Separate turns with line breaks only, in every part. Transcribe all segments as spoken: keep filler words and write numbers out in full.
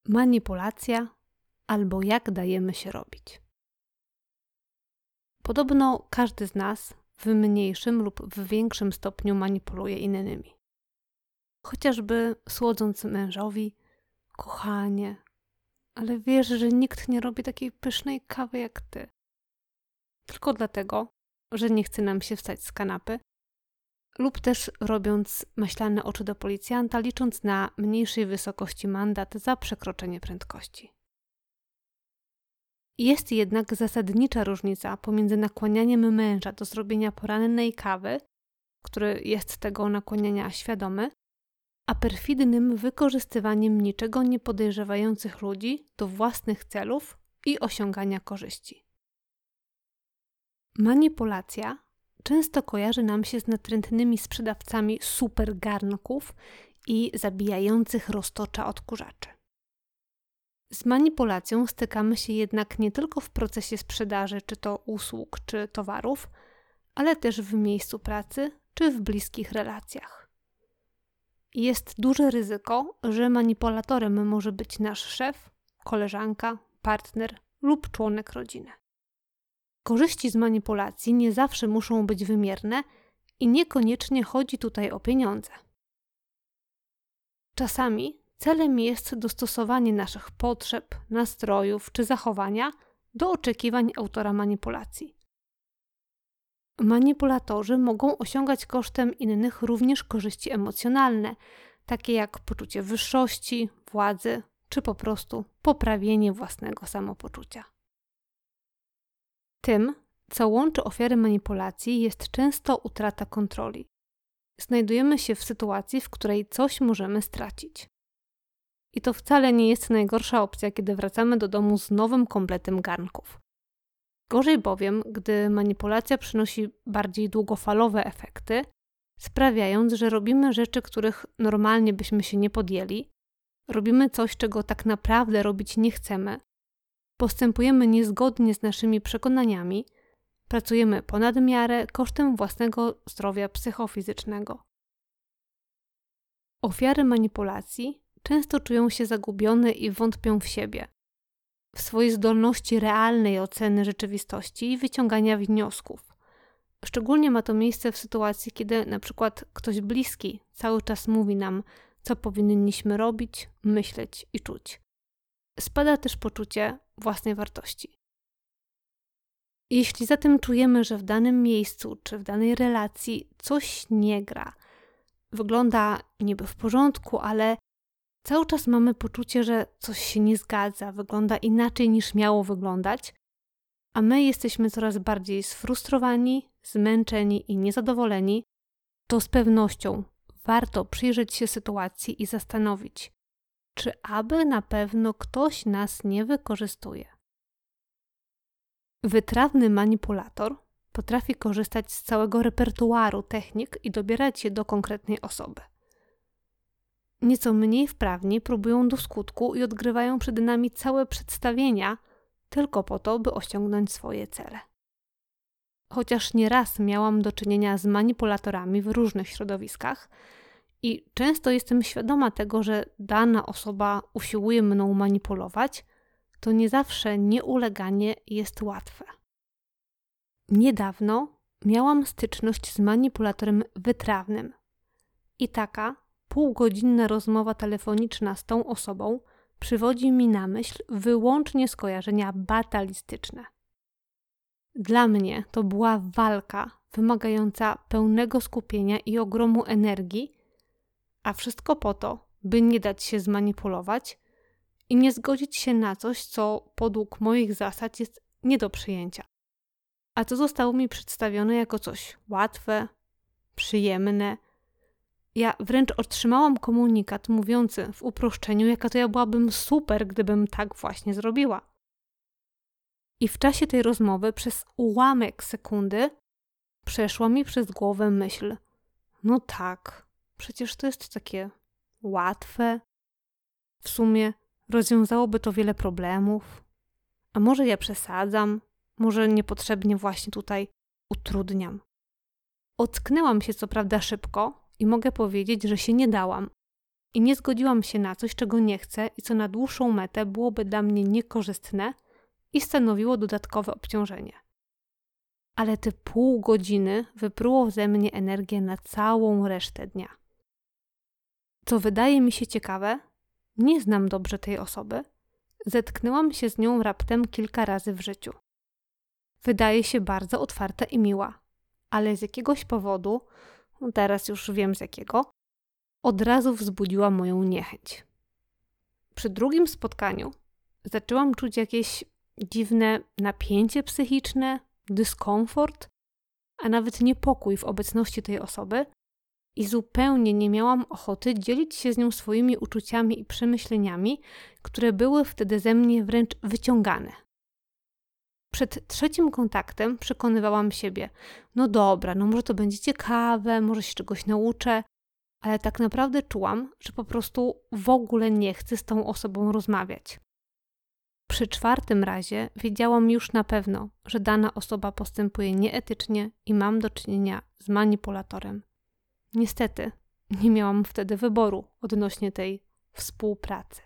manipulacja albo jak dajemy się robić. Podobno każdy z nas w mniejszym lub w większym stopniu manipuluje innymi. Chociażby słodząc mężowi: kochanie, ale wiesz, że nikt nie robi takiej pysznej kawy jak ty. Tylko dlatego, że nie chce nam się wstać z kanapy, lub też robiąc maślane oczy do policjanta, licząc na mniejszej wysokości mandat za przekroczenie prędkości. Jest jednak zasadnicza różnica pomiędzy nakłanianiem męża do zrobienia porannej kawy, który jest tego nakłaniania świadomy, a perfidnym wykorzystywaniem niczego nie podejrzewających ludzi do własnych celów i osiągania korzyści. Manipulacja często kojarzy nam się z natrętnymi sprzedawcami super garnków i zabijających roztocza odkurzaczy. Z manipulacją stykamy się jednak nie tylko w procesie sprzedaży, czy to usług, czy towarów, ale też w miejscu pracy, czy w bliskich relacjach. Jest duże ryzyko, że manipulatorem może być nasz szef, koleżanka, partner lub członek rodziny. Korzyści z manipulacji nie zawsze muszą być wymierne i niekoniecznie chodzi tutaj o pieniądze. Czasami celem jest dostosowanie naszych potrzeb, nastrojów czy zachowania do oczekiwań autora manipulacji. Manipulatorzy mogą osiągać kosztem innych również korzyści emocjonalne, takie jak poczucie wyższości, władzy czy po prostu poprawienie własnego samopoczucia. Tym, co łączy ofiary manipulacji, jest często utrata kontroli. Znajdujemy się w sytuacji, w której coś możemy stracić. I to wcale nie jest najgorsza opcja, kiedy wracamy do domu z nowym kompletem garnków. Gorzej bowiem, gdy manipulacja przynosi bardziej długofalowe efekty, sprawiając, że robimy rzeczy, których normalnie byśmy się nie podjęli, robimy coś, czego tak naprawdę robić nie chcemy, postępujemy niezgodnie z naszymi przekonaniami, pracujemy ponad miarę kosztem własnego zdrowia psychofizycznego. Ofiary manipulacji często czują się zagubione i wątpią w siebie, w swojej zdolności realnej oceny rzeczywistości i wyciągania wniosków. Szczególnie ma to miejsce w sytuacji, kiedy na przykład ktoś bliski cały czas mówi nam, co powinniśmy robić, myśleć i czuć. Spada też poczucie własnej wartości. Jeśli zatem czujemy, że w danym miejscu czy w danej relacji coś nie gra, wygląda niby w porządku, ale cały czas mamy poczucie, że coś się nie zgadza, wygląda inaczej niż miało wyglądać, a my jesteśmy coraz bardziej sfrustrowani, zmęczeni i niezadowoleni, to z pewnością warto przyjrzeć się sytuacji i zastanowić, czy aby na pewno ktoś nas nie wykorzystuje. Wytrawny manipulator potrafi korzystać z całego repertuaru technik i dobierać je do konkretnej osoby. Nieco mniej wprawni próbują do skutku i odgrywają przed nami całe przedstawienia tylko po to, by osiągnąć swoje cele. Chociaż nieraz miałam do czynienia z manipulatorami w różnych środowiskach i często jestem świadoma tego, że dana osoba usiłuje mną manipulować, to nie zawsze nieuleganie jest łatwe. Niedawno miałam styczność z manipulatorem wytrawnym i taka półgodzinna rozmowa telefoniczna z tą osobą przywodzi mi na myśl wyłącznie skojarzenia batalistyczne. Dla mnie to była walka wymagająca pełnego skupienia i ogromu energii, a wszystko po to, by nie dać się zmanipulować i nie zgodzić się na coś, co podług moich zasad jest nie do przyjęcia. A co zostało mi przedstawione jako coś łatwe, przyjemne. Ja wręcz otrzymałam komunikat mówiący w uproszczeniu, jaka to ja byłabym super, gdybym tak właśnie zrobiła. I w czasie tej rozmowy przez ułamek sekundy przeszła mi przez głowę myśl: no tak, przecież to jest takie łatwe. W sumie rozwiązałoby to wiele problemów. A może ja przesadzam? Może niepotrzebnie właśnie tutaj utrudniam? Ocknęłam się co prawda szybko i mogę powiedzieć, że się nie dałam. i nie zgodziłam się na coś, czego nie chcę i co na dłuższą metę byłoby dla mnie niekorzystne i stanowiło dodatkowe obciążenie. Ale te pół godziny wypruło ze mnie energię na całą resztę dnia. Co wydaje mi się ciekawe, nie znam dobrze tej osoby, zetknęłam się z nią raptem kilka razy w życiu. Wydaje się bardzo otwarta i miła, ale z jakiegoś powodu, teraz już wiem z jakiego, od razu wzbudziła moją niechęć. Przy drugim spotkaniu zaczęłam czuć jakieś dziwne napięcie psychiczne, dyskomfort, a nawet niepokój w obecności tej osoby i zupełnie nie miałam ochoty dzielić się z nią swoimi uczuciami i przemyśleniami, które były wtedy ze mnie wręcz wyciągane. Przed trzecim kontaktem przekonywałam siebie, no dobra, no może to będzie ciekawe, może się czegoś nauczę, ale tak naprawdę czułam, że po prostu w ogóle nie chcę z tą osobą rozmawiać. Przy czwartym razie wiedziałam już na pewno, że dana osoba postępuje nieetycznie i mam do czynienia z manipulatorem. Niestety, nie miałam wtedy wyboru odnośnie tej współpracy.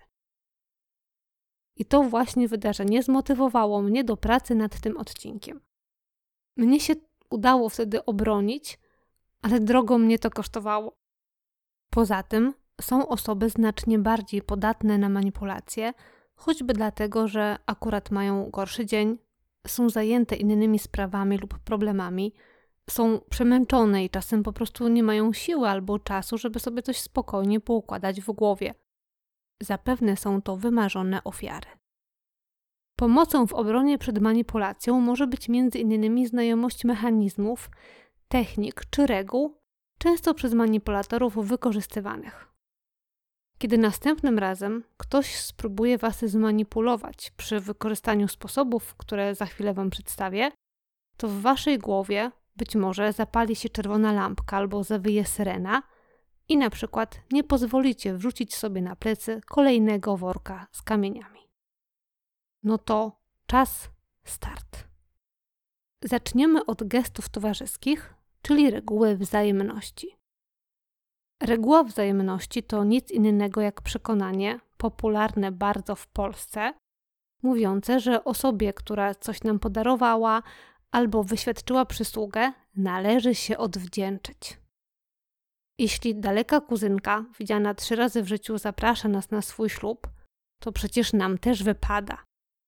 I to właśnie wydarzenie zmotywowało mnie do pracy nad tym odcinkiem. Mnie się udało wtedy obronić, ale drogo mnie to kosztowało. Poza tym są osoby znacznie bardziej podatne na manipulacje, choćby dlatego, że akurat mają gorszy dzień, są zajęte innymi sprawami lub problemami, są przemęczone i czasem po prostu nie mają siły albo czasu, żeby sobie coś spokojnie poukładać w głowie. Zapewne są to wymarzone ofiary. Pomocą w obronie przed manipulacją może być między innymi znajomość mechanizmów, technik czy reguł, często przez manipulatorów wykorzystywanych. Kiedy następnym razem ktoś spróbuje Was zmanipulować przy wykorzystaniu sposobów, które za chwilę Wam przedstawię, to w Waszej głowie być może zapali się czerwona lampka albo zawyje syrena i na przykład nie pozwolicie wrzucić sobie na plecy kolejnego worka z kamieniami. No to czas start. Zaczniemy od gestów towarzyskich, czyli reguły wzajemności. Reguła wzajemności to nic innego jak przekonanie, popularne bardzo w Polsce, mówiące, że osobie, która coś nam podarowała albo wyświadczyła przysługę, należy się odwdzięczyć. Jeśli daleka kuzynka, widziana trzy razy w życiu, zaprasza nas na swój ślub, to przecież nam też wypada.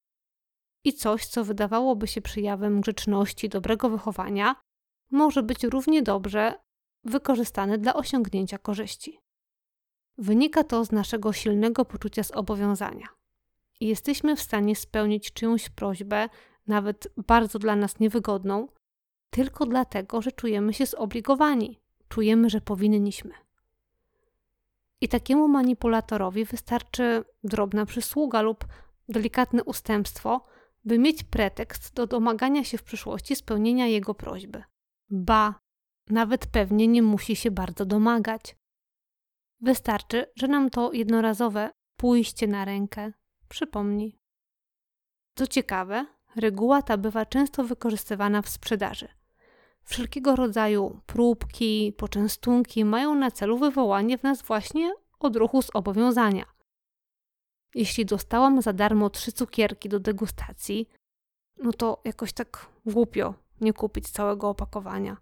I coś, co wydawałoby się przejawem grzeczności, dobrego wychowania, może być równie dobrze wykorzystane dla osiągnięcia korzyści. Wynika to z naszego silnego poczucia zobowiązania. I jesteśmy w stanie spełnić czyjąś prośbę, nawet bardzo dla nas niewygodną, tylko dlatego, że czujemy się zobligowani, czujemy, że powinniśmy. I takiemu manipulatorowi wystarczy drobna przysługa lub delikatne ustępstwo, by mieć pretekst do domagania się w przyszłości spełnienia jego prośby. Ba, nawet pewnie nie musi się bardzo domagać. Wystarczy, że nam to jednorazowe pójście na rękę przypomni. Co ciekawe, reguła ta bywa często wykorzystywana w sprzedaży. Wszelkiego rodzaju próbki, poczęstunki mają na celu wywołanie w nas właśnie odruchu zobowiązania. Jeśli dostałam za darmo trzy cukierki do degustacji, no to jakoś tak głupio nie kupić całego opakowania.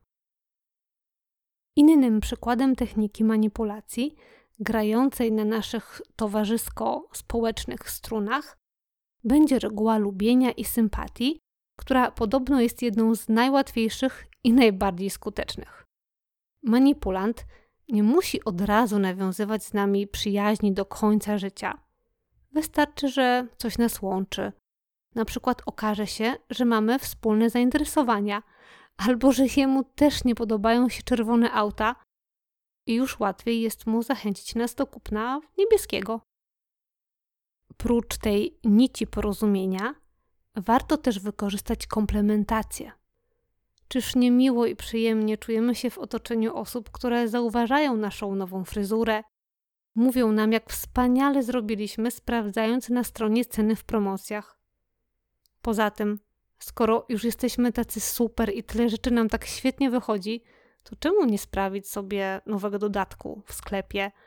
Innym przykładem techniki manipulacji, grającej na naszych towarzysko-społecznych strunach, będzie reguła lubienia i sympatii, która podobno jest jedną z najłatwiejszych i najbardziej skutecznych. Manipulant nie musi od razu nawiązywać z nami przyjaźni do końca życia. Wystarczy, że coś nas łączy. Na przykład okaże się, że mamy wspólne zainteresowania, albo że jemu też nie podobają się czerwone auta i już łatwiej jest mu zachęcić nas do kupna niebieskiego. Prócz tej nici porozumienia warto też wykorzystać komplementację. Czyż nie miło i przyjemnie czujemy się w otoczeniu osób, które zauważają naszą nową fryzurę, mówią nam, jak wspaniale zrobiliśmy, sprawdzając na stronie ceny w promocjach. Poza tym, skoro już jesteśmy tacy super i tyle rzeczy nam tak świetnie wychodzi, to czemu nie sprawić sobie nowego dodatku w sklepie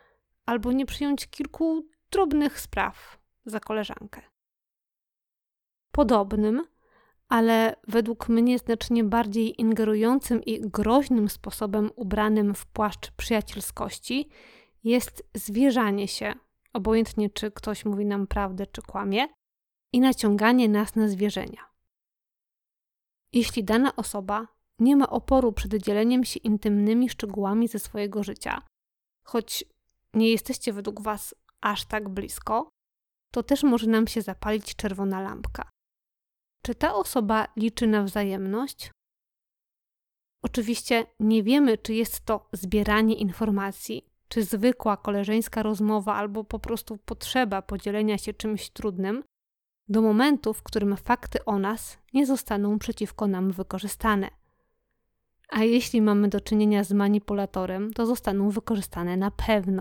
albo nie przyjąć kilku drobnych spraw za koleżankę. Podobnym, ale według mnie znacznie bardziej ingerującym i groźnym sposobem ubranym w płaszcz przyjacielskości jest zwierzanie się, obojętnie czy ktoś mówi nam prawdę czy kłamie, i naciąganie nas na zwierzenia. Jeśli dana osoba nie ma oporu przed dzieleniem się intymnymi szczegółami ze swojego życia, choć nie jesteście według was aż tak blisko, to też może nam się zapalić czerwona lampka. Czy ta osoba liczy na wzajemność? Oczywiście nie wiemy, czy jest to zbieranie informacji, czy zwykła koleżeńska rozmowa, albo po prostu potrzeba podzielenia się czymś trudnym, do momentu, w którym fakty o nas nie zostaną przeciwko nam wykorzystane. A jeśli mamy do czynienia z manipulatorem, to zostaną wykorzystane na pewno.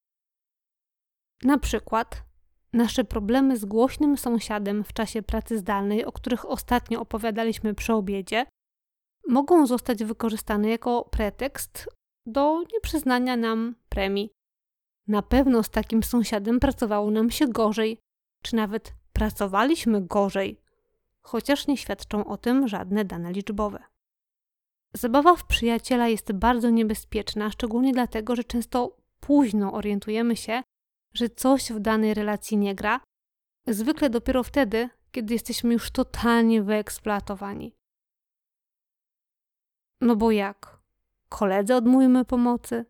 Na przykład nasze problemy z głośnym sąsiadem w czasie pracy zdalnej, o których ostatnio opowiadaliśmy przy obiedzie, mogą zostać wykorzystane jako pretekst do nieprzyznania nam premii. Na pewno z takim sąsiadem pracowało nam się gorzej, czy nawet pracowaliśmy gorzej, chociaż nie świadczą o tym żadne dane liczbowe. Zabawa w przyjaciela jest bardzo niebezpieczna, szczególnie dlatego, że często późno orientujemy się, że coś w danej relacji nie gra, zwykle dopiero wtedy, kiedy jesteśmy już totalnie wyeksploatowani. No bo jak? Koledze odmówimy pomocy?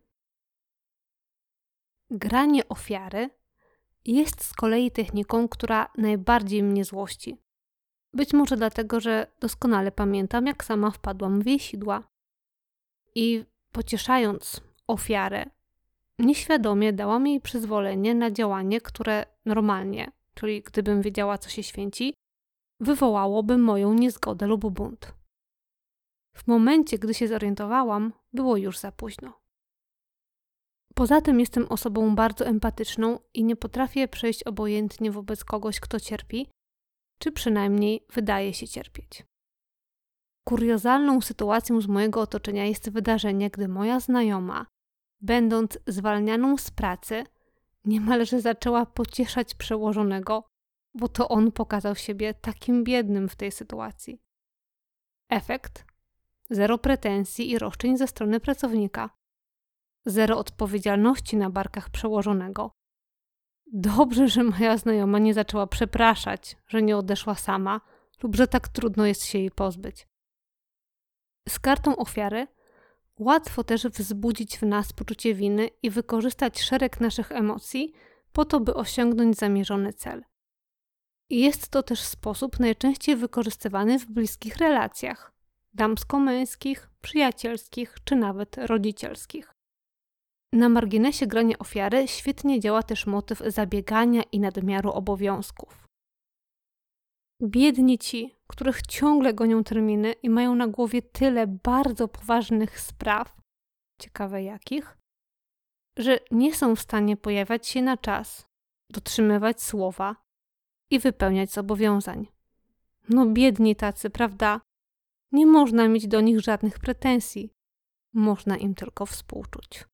Granie ofiary jest z kolei techniką, która najbardziej mnie złości. Być może dlatego, że doskonale pamiętam, jak sama wpadłam w jej sidła. I pocieszając ofiarę, nieświadomie dałam jej przyzwolenie na działanie, które normalnie, czyli gdybym wiedziała, co się święci, wywołałoby moją niezgodę lub bunt. W momencie, gdy się zorientowałam, było już za późno. Poza tym jestem osobą bardzo empatyczną i nie potrafię przejść obojętnie wobec kogoś, kto cierpi, czy przynajmniej wydaje się cierpieć. Kuriozalną sytuacją z mojego otoczenia jest wydarzenie, gdy moja znajoma, będąc zwalnianą z pracy, niemalże zaczęła pocieszać przełożonego, bo to on pokazał siebie takim biednym w tej sytuacji. Efekt? Zero pretensji i roszczeń ze strony pracownika. Zero odpowiedzialności na barkach przełożonego. Dobrze, że moja znajoma nie zaczęła przepraszać, że nie odeszła sama lub że tak trudno jest się jej pozbyć. Z kartą ofiary łatwo też wzbudzić w nas poczucie winy i wykorzystać szereg naszych emocji po to, by osiągnąć zamierzony cel. I jest to też sposób najczęściej wykorzystywany w bliskich relacjach, damsko-męskich, przyjacielskich czy nawet rodzicielskich. Na marginesie grania ofiary świetnie działa też motyw zabiegania i nadmiaru obowiązków. Biedni ci, których ciągle gonią terminy i mają na głowie tyle bardzo poważnych spraw, ciekawe jakich, że nie są w stanie pojawiać się na czas, dotrzymywać słowa i wypełniać zobowiązań. No biedni tacy, prawda? Nie można mieć do nich żadnych pretensji. Można im tylko współczuć.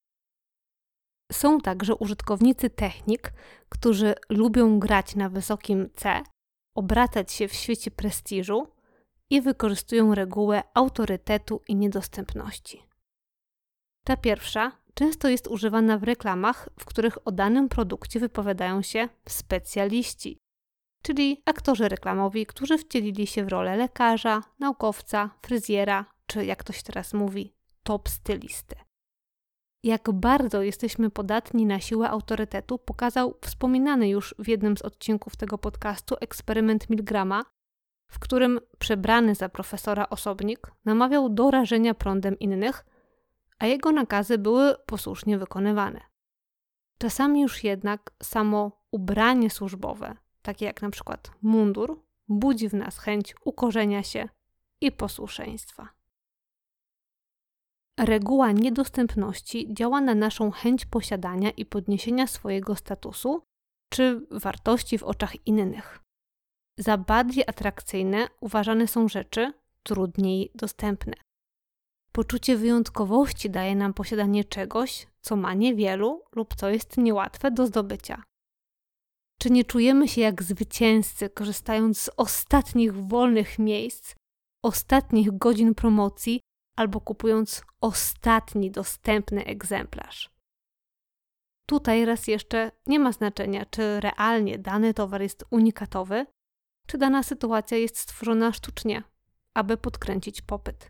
Są także użytkownicy technik, którzy lubią grać na wysokim C, obracać się w świecie prestiżu i wykorzystują regułę autorytetu i niedostępności. Ta pierwsza często jest używana w reklamach, w których o danym produkcie wypowiadają się specjaliści, czyli aktorzy reklamowi, którzy wcielili się w rolę lekarza, naukowca, fryzjera, czy jak ktoś teraz mówi, top stylisty. Jak bardzo jesteśmy podatni na siłę autorytetu, pokazał wspominany już w jednym z odcinków tego podcastu eksperyment Milgrama, w którym przebrany za profesora osobnik namawiał do rażenia prądem innych, a jego nakazy były posłusznie wykonywane. Czasami już jednak samo ubranie służbowe, takie jak na przykład mundur, budzi w nas chęć ukorzenia się i posłuszeństwa. Reguła niedostępności działa na naszą chęć posiadania i podniesienia swojego statusu czy wartości w oczach innych. Za bardziej atrakcyjne uważane są rzeczy trudniej dostępne. Poczucie wyjątkowości daje nam posiadanie czegoś, co ma niewielu lub co jest niełatwe do zdobycia. Czy nie czujemy się jak zwycięzcy, korzystając z ostatnich wolnych miejsc, ostatnich godzin promocji albo kupując ostatni dostępny egzemplarz? Tutaj raz jeszcze nie ma znaczenia, czy realnie dany towar jest unikatowy, czy dana sytuacja jest stworzona sztucznie, aby podkręcić popyt.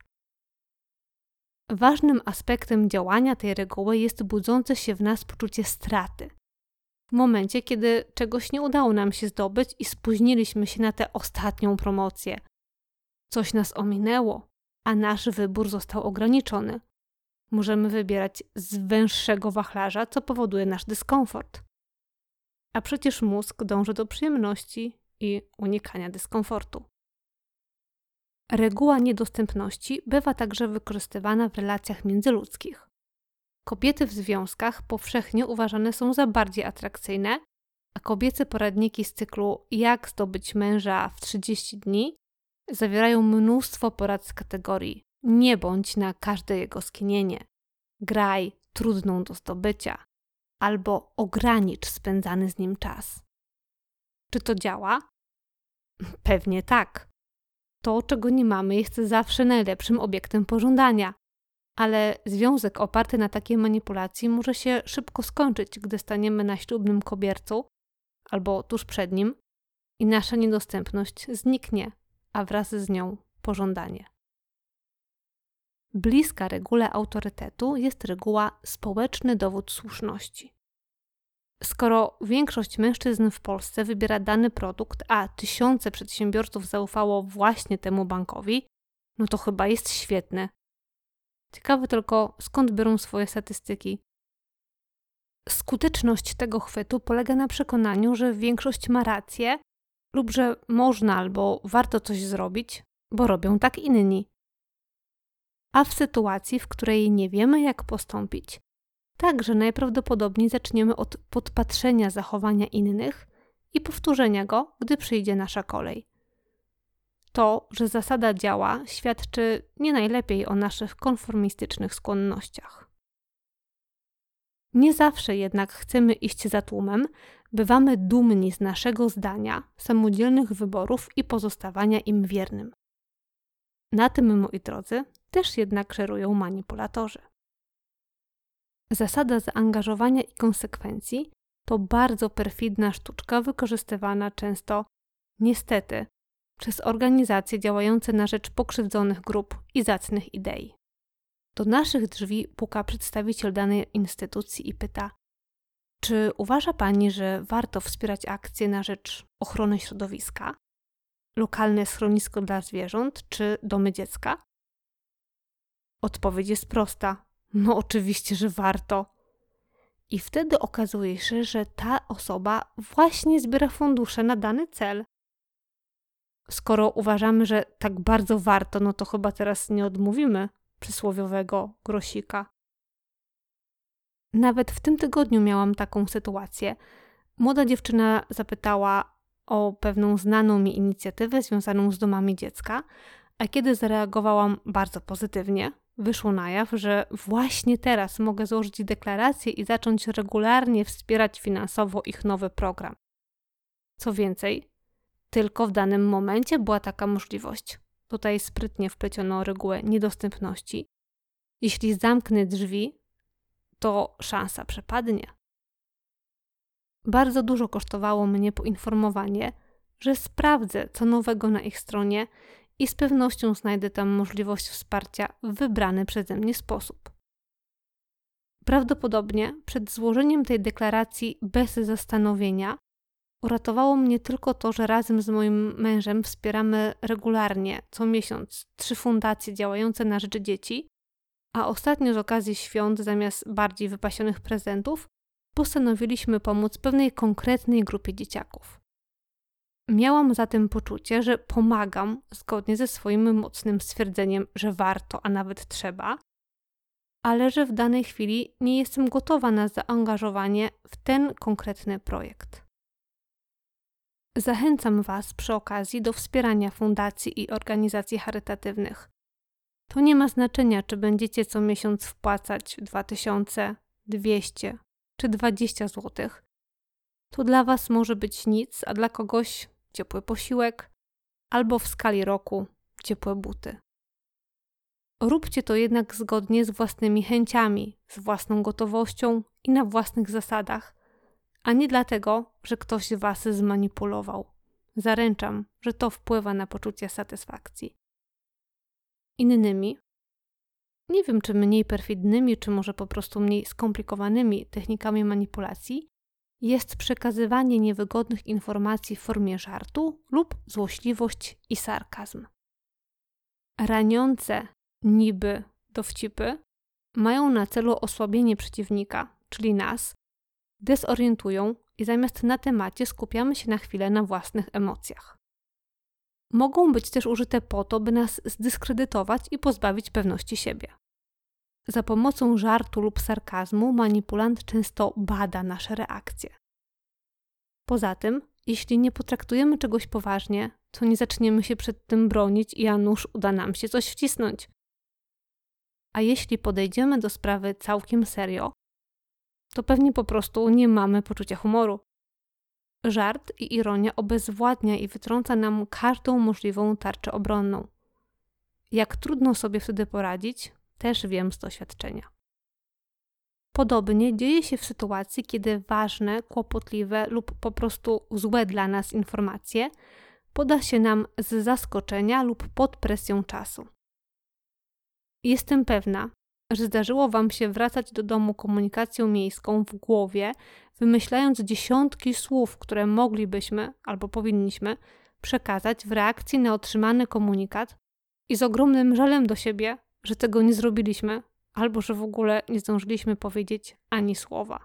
Ważnym aspektem działania tej reguły jest budzące się w nas poczucie straty. W momencie, kiedy czegoś nie udało nam się zdobyć i spóźniliśmy się na tę ostatnią promocję. Coś nas ominęło, a nasz wybór został ograniczony. Możemy wybierać z węższego wachlarza, co powoduje nasz dyskomfort. A przecież mózg dąży do przyjemności i unikania dyskomfortu. Reguła niedostępności bywa także wykorzystywana w relacjach międzyludzkich. Kobiety w związkach powszechnie uważane są za bardziej atrakcyjne, a kobiece poradniki z cyklu Jak zdobyć męża w trzydzieści dni zawierają mnóstwo porad z kategorii nie bądź na każde jego skinienie, graj trudną do zdobycia albo ogranicz spędzany z nim czas. Czy to działa? Pewnie tak. To, czego nie mamy, jest zawsze najlepszym obiektem pożądania. Ale związek oparty na takiej manipulacji może się szybko skończyć, gdy staniemy na ślubnym kobiercu albo tuż przed nim i nasza niedostępność zniknie, a wraz z nią pożądanie. Bliska regule autorytetu jest reguła społeczny dowód słuszności. Skoro większość mężczyzn w Polsce wybiera dany produkt, a tysiące przedsiębiorców zaufało właśnie temu bankowi, no to chyba jest świetny. Ciekawe tylko, skąd biorą swoje statystyki. Skuteczność tego chwytu polega na przekonaniu, że większość ma rację lub że można albo warto coś zrobić, bo robią tak inni. A w sytuacji, w której nie wiemy, jak postąpić, także najprawdopodobniej zaczniemy od podpatrzenia zachowania innych i powtórzenia go, gdy przyjdzie nasza kolej. To, że zasada działa, świadczy nie najlepiej o naszych konformistycznych skłonnościach. Nie zawsze jednak chcemy iść za tłumem, bywamy dumni z naszego zdania, samodzielnych wyborów i pozostawania im wiernym. Na tym, moi drodzy, też jednak żerują manipulatorzy. Zasada zaangażowania i konsekwencji to bardzo perfidna sztuczka wykorzystywana często, niestety, przez organizacje działające na rzecz pokrzywdzonych grup i zacnych idei. Do naszych drzwi puka przedstawiciel danej instytucji i pyta: czy uważa Pani, że warto wspierać akcje na rzecz ochrony środowiska, lokalne schronisko dla zwierząt czy domy dziecka? Odpowiedź jest prosta. No oczywiście, że warto. I wtedy okazuje się, że ta osoba właśnie zbiera fundusze na dany cel. Skoro uważamy, że tak bardzo warto, no to chyba teraz nie odmówimy przysłowiowego grosika. Nawet w tym tygodniu miałam taką sytuację. Młoda dziewczyna zapytała o pewną znaną mi inicjatywę związaną z domami dziecka, a kiedy zareagowałam bardzo pozytywnie, wyszło na jaw, że właśnie teraz mogę złożyć deklarację i zacząć regularnie wspierać finansowo ich nowy program. Co więcej, tylko w danym momencie była taka możliwość. Tutaj sprytnie wpleciono regułę niedostępności. Jeśli zamknę drzwi, to szansa przepadnie. Bardzo dużo kosztowało mnie poinformowanie, że sprawdzę, co nowego na ich stronie i z pewnością znajdę tam możliwość wsparcia w wybrany przeze mnie sposób. Prawdopodobnie przed złożeniem tej deklaracji bez zastanowienia uratowało mnie tylko to, że razem z moim mężem wspieramy regularnie, co miesiąc, trzy fundacje działające na rzecz dzieci, a ostatnio z okazji świąt zamiast bardziej wypasionych prezentów postanowiliśmy pomóc pewnej konkretnej grupie dzieciaków. Miałam zatem poczucie, że pomagam zgodnie ze swoim mocnym stwierdzeniem, że warto, a nawet trzeba, ale że w danej chwili nie jestem gotowa na zaangażowanie w ten konkretny projekt. Zachęcam Was przy okazji do wspierania fundacji i organizacji charytatywnych. To nie ma znaczenia, czy będziecie co miesiąc wpłacać dwa tysiące dwieście czy dwadzieścia złotych. To dla Was może być nic, a dla kogoś ciepły posiłek albo w skali roku ciepłe buty. Róbcie to jednak zgodnie z własnymi chęciami, z własną gotowością i na własnych zasadach, a nie dlatego, że ktoś Was zmanipulował. Zaręczam, że to wpływa na poczucie satysfakcji. Innymi, nie wiem czy mniej perfidnymi, czy może po prostu mniej skomplikowanymi technikami manipulacji, jest przekazywanie niewygodnych informacji w formie żartu lub złośliwość i sarkazm. Raniące niby dowcipy mają na celu osłabienie przeciwnika, czyli nas, dezorientują i zamiast na temacie skupiamy się na chwilę na własnych emocjach. Mogą być też użyte po to, by nas zdyskredytować i pozbawić pewności siebie. Za pomocą żartu lub sarkazmu manipulant często bada nasze reakcje. Poza tym, jeśli nie potraktujemy czegoś poważnie, to nie zaczniemy się przed tym bronić i a nuż uda nam się coś wcisnąć. A jeśli podejdziemy do sprawy całkiem serio, to pewnie po prostu nie mamy poczucia humoru. Żart i ironia obezwładnia i wytrąca nam każdą możliwą tarczę obronną. Jak trudno sobie wtedy poradzić, też wiem z doświadczenia. Podobnie dzieje się w sytuacji, kiedy ważne, kłopotliwe lub po prostu złe dla nas informacje poda się nam z zaskoczenia lub pod presją czasu. Jestem pewna, że zdarzyło Wam się wracać do domu komunikacją miejską w głowie, wymyślając dziesiątki słów, które moglibyśmy albo powinniśmy przekazać w reakcji na otrzymany komunikat i z ogromnym żalem do siebie, że tego nie zrobiliśmy, albo że w ogóle nie zdążyliśmy powiedzieć ani słowa.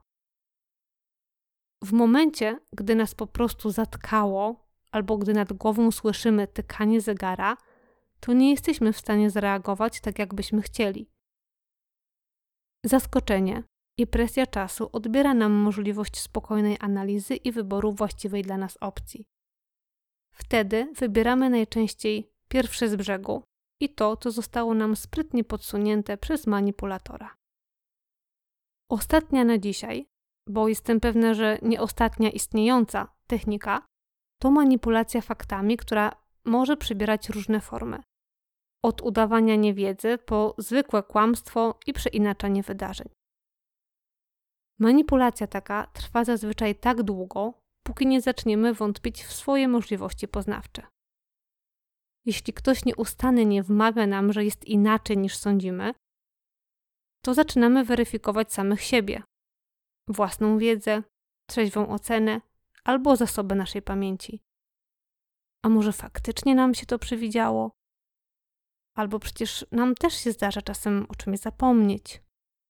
W momencie, gdy nas po prostu zatkało, albo gdy nad głową słyszymy tykanie zegara, to nie jesteśmy w stanie zareagować tak, jakbyśmy chcieli. Zaskoczenie i presja czasu odbiera nam możliwość spokojnej analizy i wyboru właściwej dla nas opcji. Wtedy wybieramy najczęściej pierwsze z brzegu i to, co zostało nam sprytnie podsunięte przez manipulatora. Ostatnia na dzisiaj, bo jestem pewna, że nie ostatnia istniejąca technika, to manipulacja faktami, która może przybierać różne formy. Od udawania niewiedzy po zwykłe kłamstwo i przeinaczanie wydarzeń. Manipulacja taka trwa zazwyczaj tak długo, póki nie zaczniemy wątpić w swoje możliwości poznawcze. Jeśli ktoś nieustannie nie wmawia nam, że jest inaczej niż sądzimy, to zaczynamy weryfikować samych siebie, własną wiedzę, trzeźwą ocenę albo zasoby naszej pamięci. A może faktycznie nam się to przywidziało? Albo przecież nam też się zdarza czasem o czymś zapomnieć.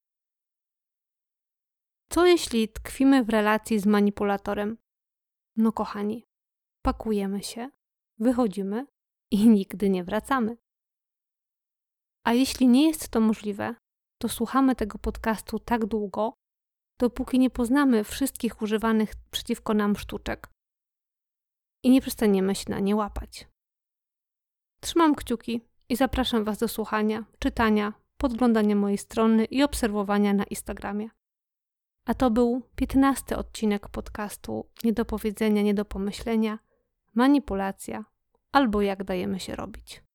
Co jeśli tkwimy w relacji z manipulatorem? No kochani, pakujemy się, wychodzimy i nigdy nie wracamy. A jeśli nie jest to możliwe, to słuchamy tego podcastu tak długo, dopóki nie poznamy wszystkich używanych przeciwko nam sztuczek i nie przestaniemy się na nie łapać. Trzymam kciuki i zapraszam Was do słuchania, czytania, podglądania mojej strony i obserwowania na Instagramie. A to był piętnasty odcinek podcastu Nie do powiedzenia, nie do pomyślenia, manipulacja albo jak dajemy się robić.